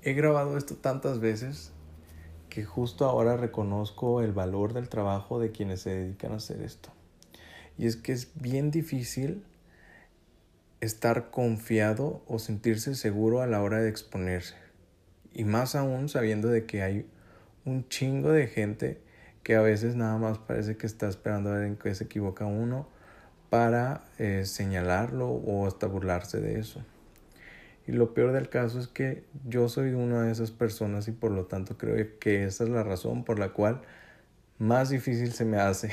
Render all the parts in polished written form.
he grabado esto tantas veces que justo ahora reconozco el valor del trabajo de quienes se dedican a hacer esto. Y es que es bien difícil estar confiado o sentirse seguro a la hora de exponerse. Y más aún sabiendo de que hay un chingo de gente que a veces nada más parece que está esperando a ver en qué se equivoca uno para señalarlo o hasta burlarse de eso. Y lo peor del caso es que yo soy una de esas personas y por lo tanto creo que esa es la razón por la cual más difícil se me hace.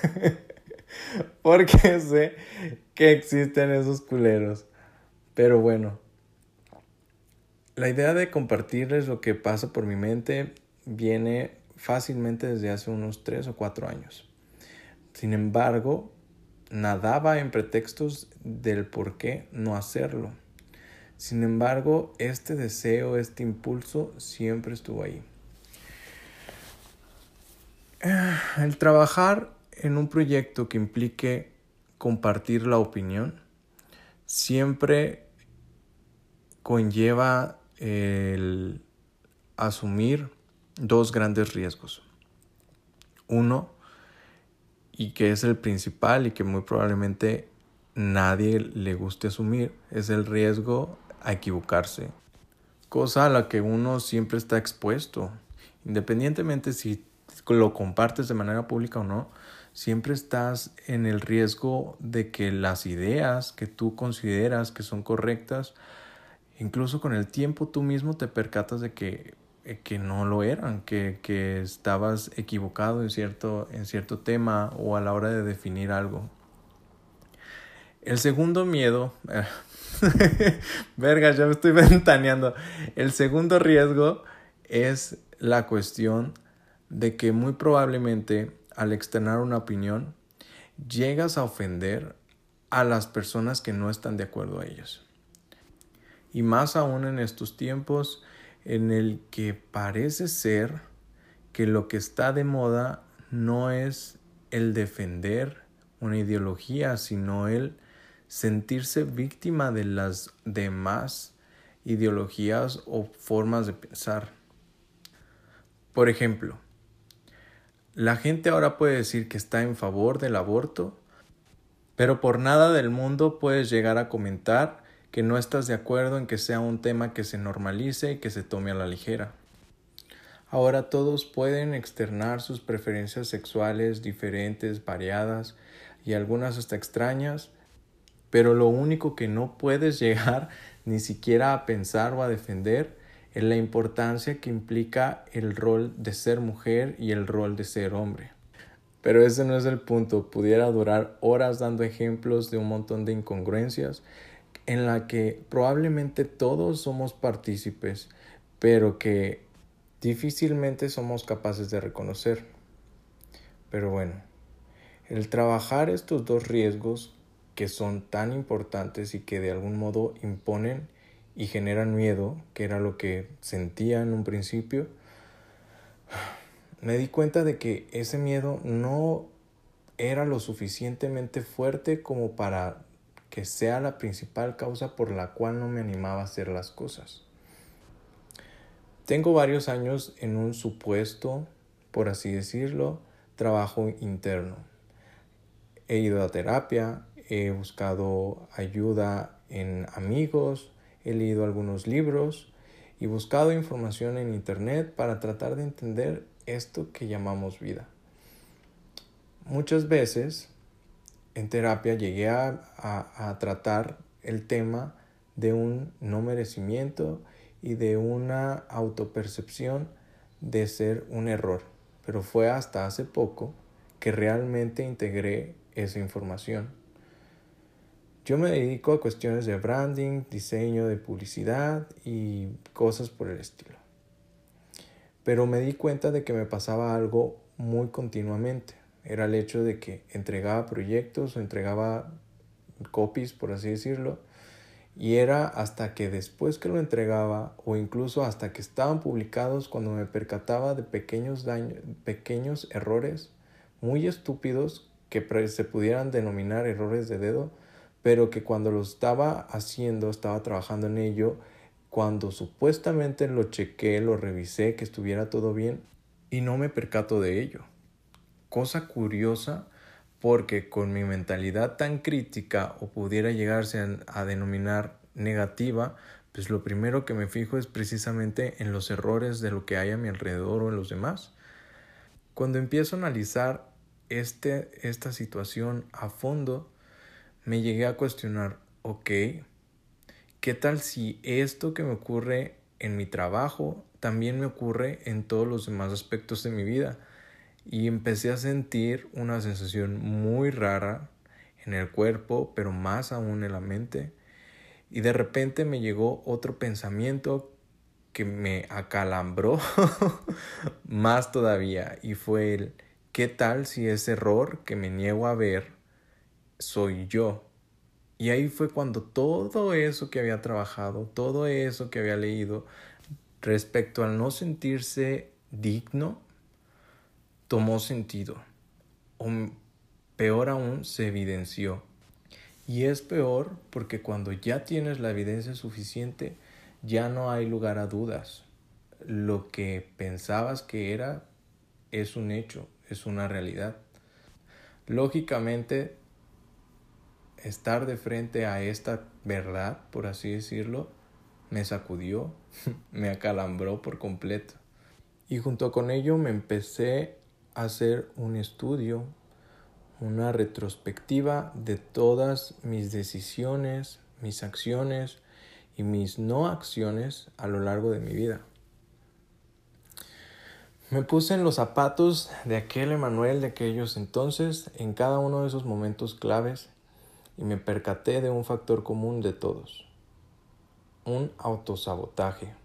Porque sé que existen esos culeros. Pero bueno, la idea de compartirles lo que pasa por mi mente viene fácilmente desde hace unos 3 o 4 años. Sin embargo, nadaba en pretextos del por qué no hacerlo. Sin embargo, este deseo, este impulso siempre estuvo ahí. El trabajar en un proyecto que implique compartir la opinión siempre conlleva el asumir dos grandes riesgos. Uno, y que es el principal y que muy probablemente nadie le guste asumir, es el riesgo a equivocarse. Cosa a la que uno siempre está expuesto. Independientemente si lo compartes de manera pública o no, siempre estás en el riesgo de que las ideas que tú consideras que son correctas, incluso con el tiempo tú mismo te percatas de que no lo eran, que estabas equivocado en cierto tema o a la hora de definir algo. El segundo miedo, verga, ya me estoy ventaneando. El segundo riesgo es la cuestión de que muy probablemente al externar una opinión llegas a ofender a las personas que no están de acuerdo a ellos. Y más aún en estos tiempos en el que parece ser que lo que está de moda no es el defender una ideología, sino el sentirse víctima de las demás ideologías o formas de pensar. Por ejemplo, la gente ahora puede decir que está en favor del aborto, pero por nada del mundo puedes llegar a comentar que no estás de acuerdo en que sea un tema que se normalice y que se tome a la ligera. Ahora todos pueden externar sus preferencias sexuales diferentes, variadas y algunas hasta extrañas, pero lo único que no puedes llegar ni siquiera a pensar o a defender es la importancia que implica el rol de ser mujer y el rol de ser hombre. Pero ese no es el punto. Pudiera durar horas dando ejemplos de un montón de incongruencias en la que probablemente todos somos partícipes, pero que difícilmente somos capaces de reconocer. Pero bueno, el trabajar estos dos riesgos que son tan importantes y que de algún modo imponen y generan miedo, que era lo que sentía en un principio, me di cuenta de que ese miedo no era lo suficientemente fuerte como para que sea la principal causa por la cual no me animaba a hacer las cosas. Tengo varios años en un supuesto, por así decirlo, trabajo interno. He ido a terapia, he buscado ayuda en amigos, he leído algunos libros y buscado información en internet para tratar de entender esto que llamamos vida. Muchas veces en terapia llegué a tratar el tema de un no merecimiento y de una autopercepción de ser un error. Pero fue hasta hace poco que realmente integré esa información. Yo me dedico a cuestiones de branding, diseño de publicidad y cosas por el estilo. Pero me di cuenta de que me pasaba algo muy continuamente. Era el hecho de que entregaba proyectos o entregaba copies, por así decirlo, y era hasta que después que lo entregaba o incluso hasta que estaban publicados cuando me percataba de pequeños errores muy estúpidos que se pudieran denominar errores de dedo, pero que cuando lo estaba haciendo, estaba trabajando en ello, cuando supuestamente lo chequé, lo revisé, que estuviera todo bien y no me percato de ello. Cosa curiosa, porque con mi mentalidad tan crítica o pudiera llegarse a denominar negativa, pues lo primero que me fijo es precisamente en los errores de lo que hay a mi alrededor o en los demás. Cuando empiezo a analizar esta situación a fondo, me llegué a cuestionar, ok, ¿qué tal si esto que me ocurre en mi trabajo también me ocurre en todos los demás aspectos de mi vida? Y empecé a sentir una sensación muy rara en el cuerpo, pero más aún en la mente. Y de repente me llegó otro pensamiento que me acalambró más todavía. Y fue el, ¿qué tal si ese error que me niego a ver soy yo? Y ahí fue cuando todo eso que había trabajado, todo eso que había leído respecto al no sentirse digno, tomó sentido. O peor aún, se evidenció. Y es peor porque cuando ya tienes la evidencia suficiente, ya no hay lugar a dudas. Lo que pensabas que era es un hecho, es una realidad. Lógicamente, estar de frente a esta verdad, por así decirlo, me sacudió, me acalambró por completo. Y junto con ello me empecé a hacer un estudio, una retrospectiva de todas mis decisiones, mis acciones y mis no acciones a lo largo de mi vida. Me puse en los zapatos de aquel Emanuel de aquellos entonces, en cada uno de esos momentos claves, y me percaté de un factor común de todos: un autosabotaje.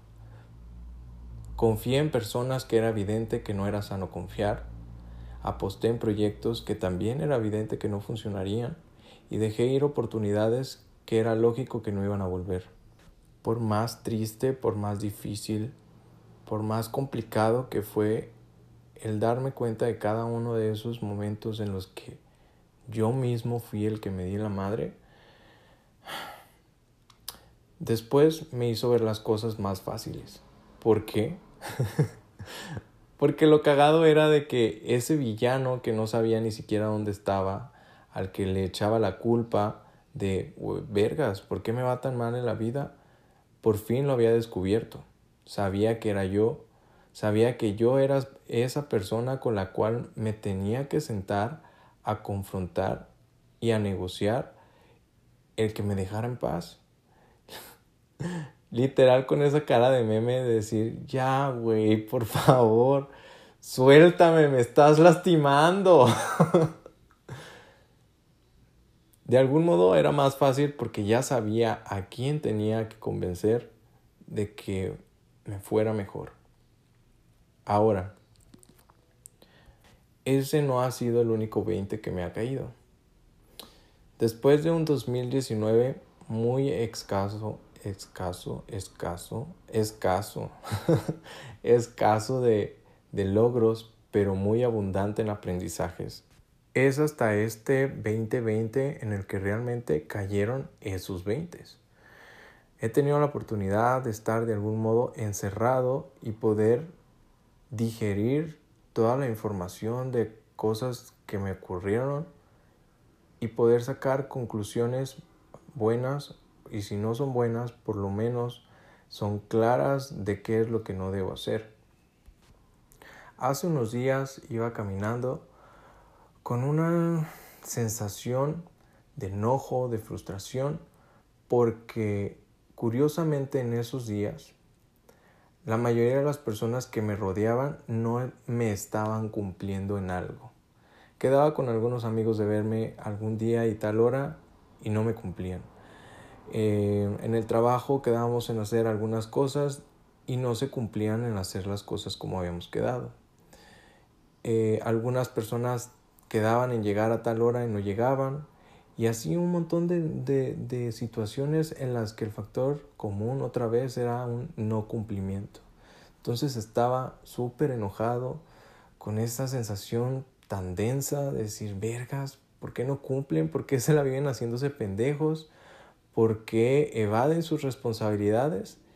Confié en personas que era evidente que no era sano confiar, aposté en proyectos que también era evidente que no funcionarían y dejé ir oportunidades que era lógico que no iban a volver. Por más triste, por más difícil, por más complicado que fue el darme cuenta de cada uno de esos momentos en los que yo mismo fui el que me di la madre, después me hizo ver las cosas más fáciles. ¿Por qué? Porque lo cagado era de que ese villano que no sabía ni siquiera dónde estaba, al que le echaba la culpa de, vergas, ¿por qué me va tan mal en la vida? Por fin lo había descubierto. Sabía que era yo, sabía que yo era esa persona con la cual me tenía que sentar a confrontar y a negociar el que me dejara en paz. Literal con esa cara de meme de decir, ya güey, por favor, suéltame, me estás lastimando. De algún modo era más fácil porque ya sabía a quién tenía que convencer de que me fuera mejor. Ahora, ese no ha sido el único 20 que me ha caído. Después de un 2019 muy escaso de logros, pero muy abundante en aprendizajes, es hasta este 2020 en el que realmente cayeron esos 20. He tenido la oportunidad de estar de algún modo encerrado y poder digerir toda la información de cosas que me ocurrieron y poder sacar conclusiones buenas, y si no son buenas, por lo menos son claras de qué es lo que no debo hacer. Hace unos días iba caminando con una sensación de enojo, de frustración, porque curiosamente en esos días la mayoría de las personas que me rodeaban no me estaban cumpliendo en algo. Quedaba con algunos amigos de verme algún día y tal hora y no me cumplían. En el trabajo quedábamos en hacer algunas cosas y no se cumplían en hacer las cosas como habíamos quedado. Algunas personas quedaban en llegar a tal hora y no llegaban. Y así un montón de situaciones en las que el factor común otra vez era un no cumplimiento. Entonces estaba súper enojado con esa sensación tan densa de decir, vergas, ¿por qué no cumplen? ¿Por qué se la viven haciéndose pendejos? ¿Por qué evaden sus responsabilidades?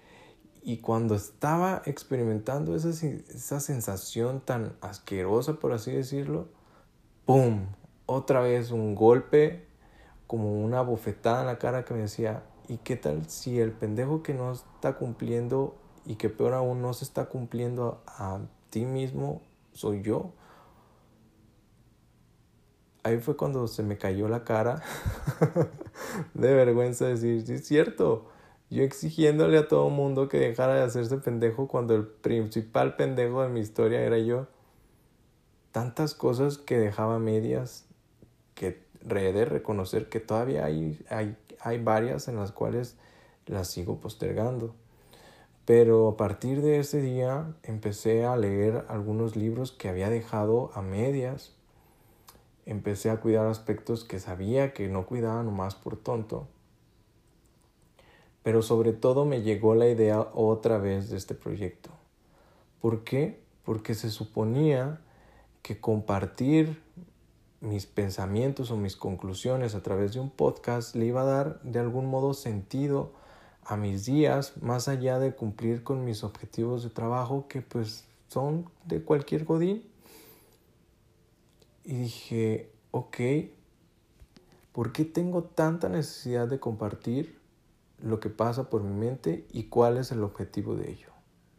Y cuando estaba experimentando esa sensación tan asquerosa, por así decirlo, ¡pum! Otra vez un golpe, como una bofetada en la cara que me decía, ¿y qué tal si el pendejo que no está cumpliendo y que peor aún no se está cumpliendo a ti mismo soy yo? Ahí fue cuando se me cayó la cara de vergüenza decir, sí es cierto, yo exigiéndole a todo mundo que dejara de hacerse pendejo cuando el principal pendejo de mi historia era yo. Tantas cosas que dejaba a medias, que he de reconocer que todavía hay varias en las cuales las sigo postergando. Pero a partir de ese día empecé a leer algunos libros que había dejado a medias. Empecé a cuidar aspectos que sabía que no cuidaba nomás por tonto. Pero sobre todo me llegó la idea otra vez de este proyecto. ¿Por qué? Porque se suponía que compartir mis pensamientos o mis conclusiones a través de un podcast le iba a dar de algún modo sentido a mis días, más allá de cumplir con mis objetivos de trabajo que pues son de cualquier godín. Y dije, ok, ¿por qué tengo tanta necesidad de compartir lo que pasa por mi mente y cuál es el objetivo de ello?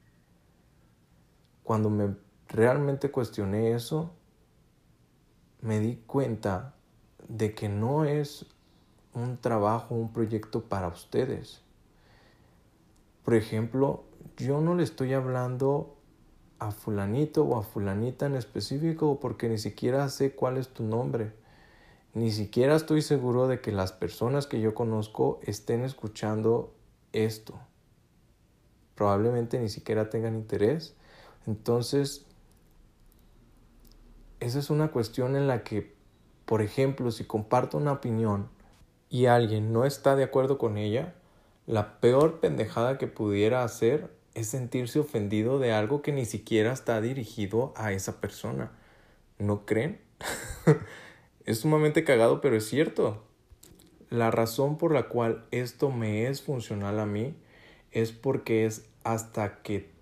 Cuando me realmente cuestioné eso, me di cuenta de que no es un trabajo, un proyecto para ustedes. Por ejemplo, yo no le estoy hablando a fulanito o a fulanita en específico porque ni siquiera sé cuál es tu nombre. Ni siquiera estoy seguro de que las personas que yo conozco estén escuchando esto. Probablemente ni siquiera tengan interés. Entonces, esa es una cuestión en la que, por ejemplo, si comparto una opinión y alguien no está de acuerdo con ella, la peor pendejada que pudiera hacer es sentirse ofendido de algo que ni siquiera está dirigido a esa persona. ¿No creen? Es sumamente cagado, pero es cierto. La razón por la cual esto me es funcional a mí es porque es hasta que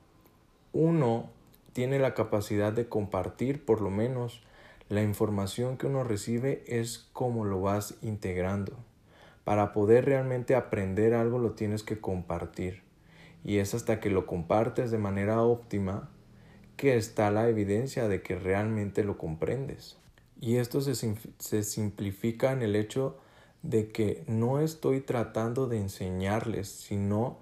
uno tiene la capacidad de compartir, por lo menos, la información que uno recibe es como lo vas integrando. Para poder realmente aprender algo lo tienes que compartir. Y es hasta que lo compartes de manera óptima que está la evidencia de que realmente lo comprendes. Y esto se simplifica en el hecho de que no estoy tratando de enseñarles, sino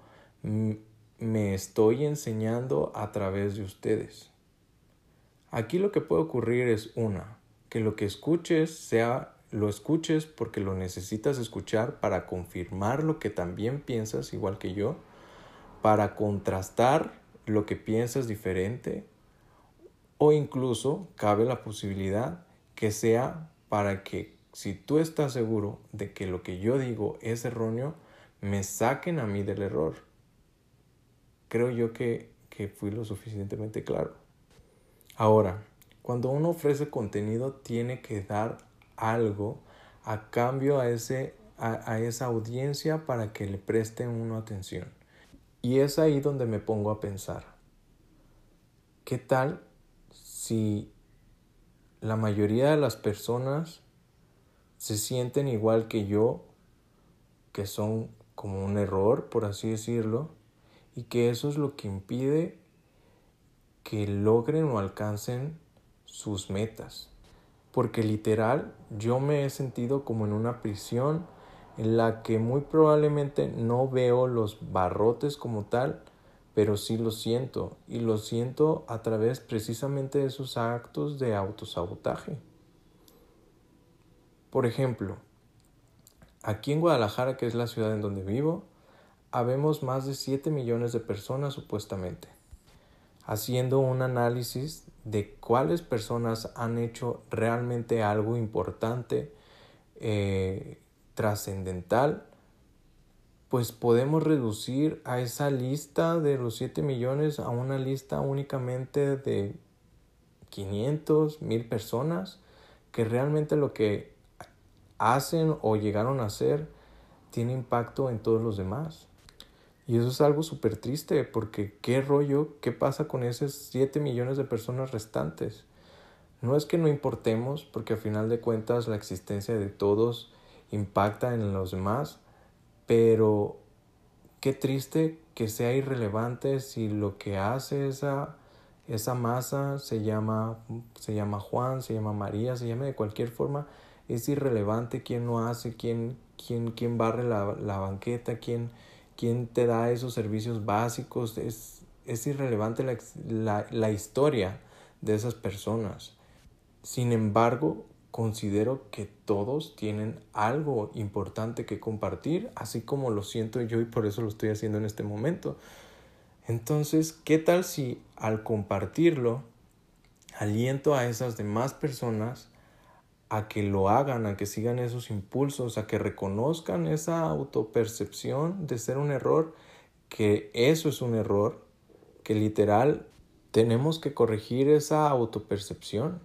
me estoy enseñando a través de ustedes. Aquí lo que puede ocurrir es que lo que escuches lo escuches porque lo necesitas escuchar para confirmar lo que también piensas igual que yo, para contrastar lo que piensas diferente, o incluso cabe la posibilidad que sea para que, si tú estás seguro de que lo que yo digo es erróneo, me saquen a mí del error. Creo yo que fui lo suficientemente claro. Ahora, cuando uno ofrece contenido, tiene que dar algo a cambio a esa audiencia para que le presten uno atención. Y es ahí donde me pongo a pensar, ¿qué tal si la mayoría de las personas se sienten igual que yo, que son como un error, por así decirlo, y que eso es lo que impide que logren o alcancen sus metas? Porque literal yo me he sentido como en una prisión en la que muy probablemente no veo los barrotes como tal, pero sí lo siento, y lo siento a través precisamente de esos actos de autosabotaje. Por ejemplo, aquí en Guadalajara, que es la ciudad en donde vivo, habemos más de 7 millones de personas supuestamente. Haciendo un análisis de cuáles personas han hecho realmente algo importante, trascendental, pues podemos reducir a esa lista de los 7 millones a una lista únicamente de 500, 1000 personas que realmente lo que hacen o llegaron a hacer tiene impacto en todos los demás. Y eso es algo súper triste porque qué rollo, qué pasa con esos 7 millones de personas restantes. No es que no importemos, porque a final de cuentas la existencia de todos impacta en los demás, pero qué triste que sea irrelevante si lo que hace esa masa se llama Juan, se llama María, se llama de cualquier forma, es irrelevante quién lo hace, quién barre la banqueta, quién te da esos servicios básicos, es irrelevante la historia de esas personas. Sin embargo, considero que todos tienen algo importante que compartir, así como lo siento yo y por eso lo estoy haciendo en este momento. Entonces, ¿qué tal si al compartirlo, aliento a esas demás personas a que lo hagan, a que sigan esos impulsos, a que reconozcan esa autopercepción de ser un error, que eso es un error, que literal tenemos que corregir esa autopercepción?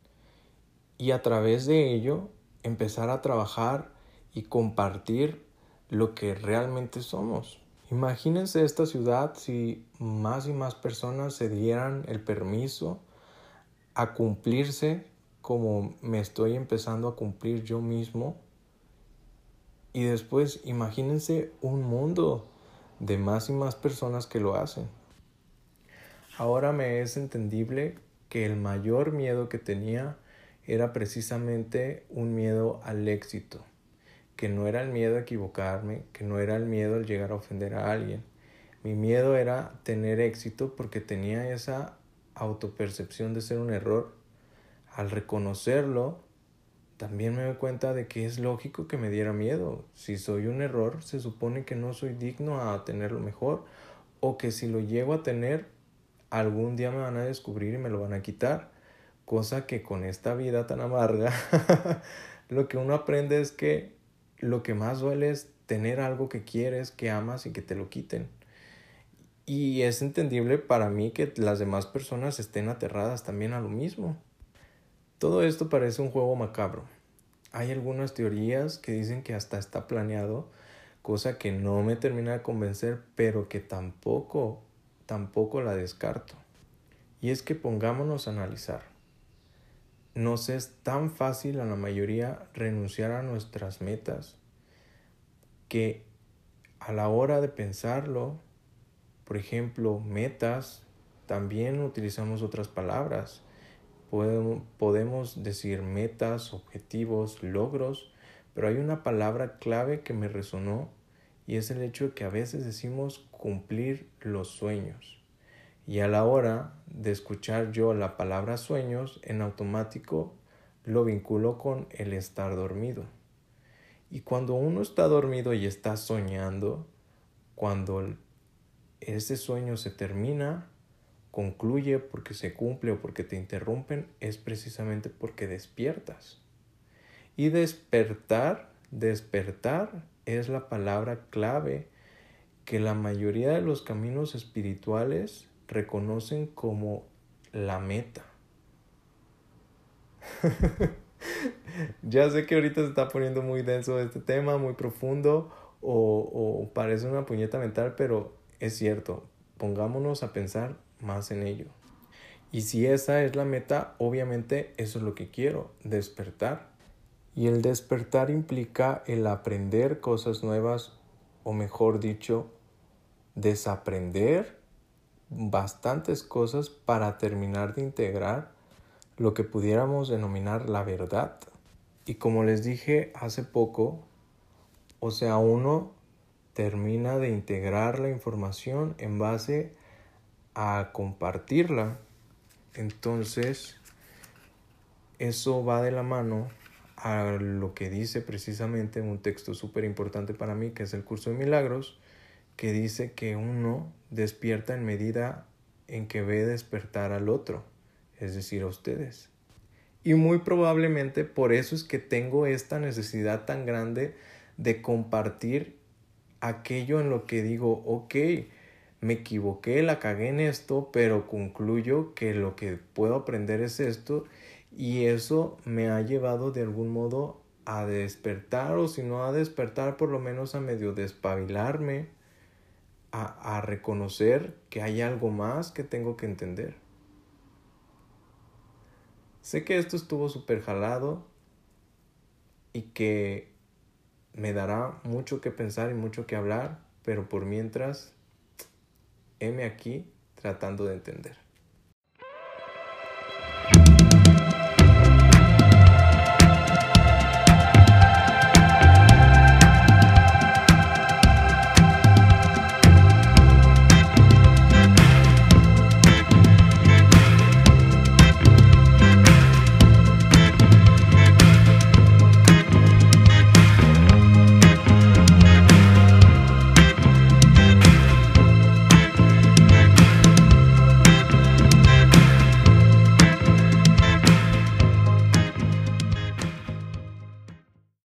Y a través de ello empezar a trabajar y compartir lo que realmente somos. Imagínense esta ciudad si más y más personas se dieran el permiso a cumplirse como me estoy empezando a cumplir yo mismo. Y después imagínense un mundo de más y más personas que lo hacen. Ahora me es entendible que el mayor miedo que tenía era precisamente un miedo al éxito, que no era el miedo a equivocarme, que no era el miedo al llegar a ofender a alguien. Mi miedo era tener éxito porque tenía esa autopercepción de ser un error. Al reconocerlo, también me doy cuenta de que es lógico que me diera miedo. Si soy un error, se supone que no soy digno a tener lo mejor, o que si lo llego a tener, algún día me van a descubrir y me lo van a quitar. Cosa que con esta vida tan amarga, lo que uno aprende es que lo que más duele es tener algo que quieres, que amas y que te lo quiten. Y es entendible para mí que las demás personas estén aterradas también a lo mismo. Todo esto parece un juego macabro. Hay algunas teorías que dicen que hasta está planeado, cosa que no me termina de convencer, pero que tampoco la descarto. Y es que pongámonos a analizar. Nos es tan fácil a la mayoría renunciar a nuestras metas que a la hora de pensarlo, por ejemplo, metas, también utilizamos otras palabras. Podemos decir metas, objetivos, logros, pero hay una palabra clave que me resonó y es el hecho de que a veces decimos cumplir los sueños. Y a la hora de escuchar yo la palabra sueños, en automático lo vinculo con el estar dormido. Y cuando uno está dormido y está soñando, cuando ese sueño se termina, concluye porque se cumple o porque te interrumpen, es precisamente porque despiertas. Y despertar es la palabra clave que la mayoría de los caminos espirituales reconocen como la meta. Ya sé que ahorita se está poniendo muy denso este tema, muy profundo o parece una puñeta mental, pero es cierto, pongámonos a pensar más en ello. Y si esa es la meta, obviamente eso es lo que quiero, despertar. Y el despertar implica el aprender cosas nuevas, o mejor dicho, desaprender bastantes cosas para terminar de integrar lo que pudiéramos denominar la verdad. Y como les dije hace poco, o sea, uno termina de integrar la información en base a compartirla. Entonces, eso va de la mano a lo que dice precisamente un texto súper importante para mí, que es el Curso de Milagros, que dice que uno despierta en medida en que ve despertar al otro, es decir, a ustedes. Y muy probablemente por eso es que tengo esta necesidad tan grande de compartir aquello en lo que digo, ok, me equivoqué, la cagué en esto, pero concluyo que lo que puedo aprender es esto y eso me ha llevado de algún modo a despertar o si no a despertar por lo menos a medio despabilarme, a reconocer que hay algo más que tengo que entender. Sé que esto estuvo súper jalado y que me dará mucho que pensar y mucho que hablar, pero por mientras, heme aquí tratando de entender.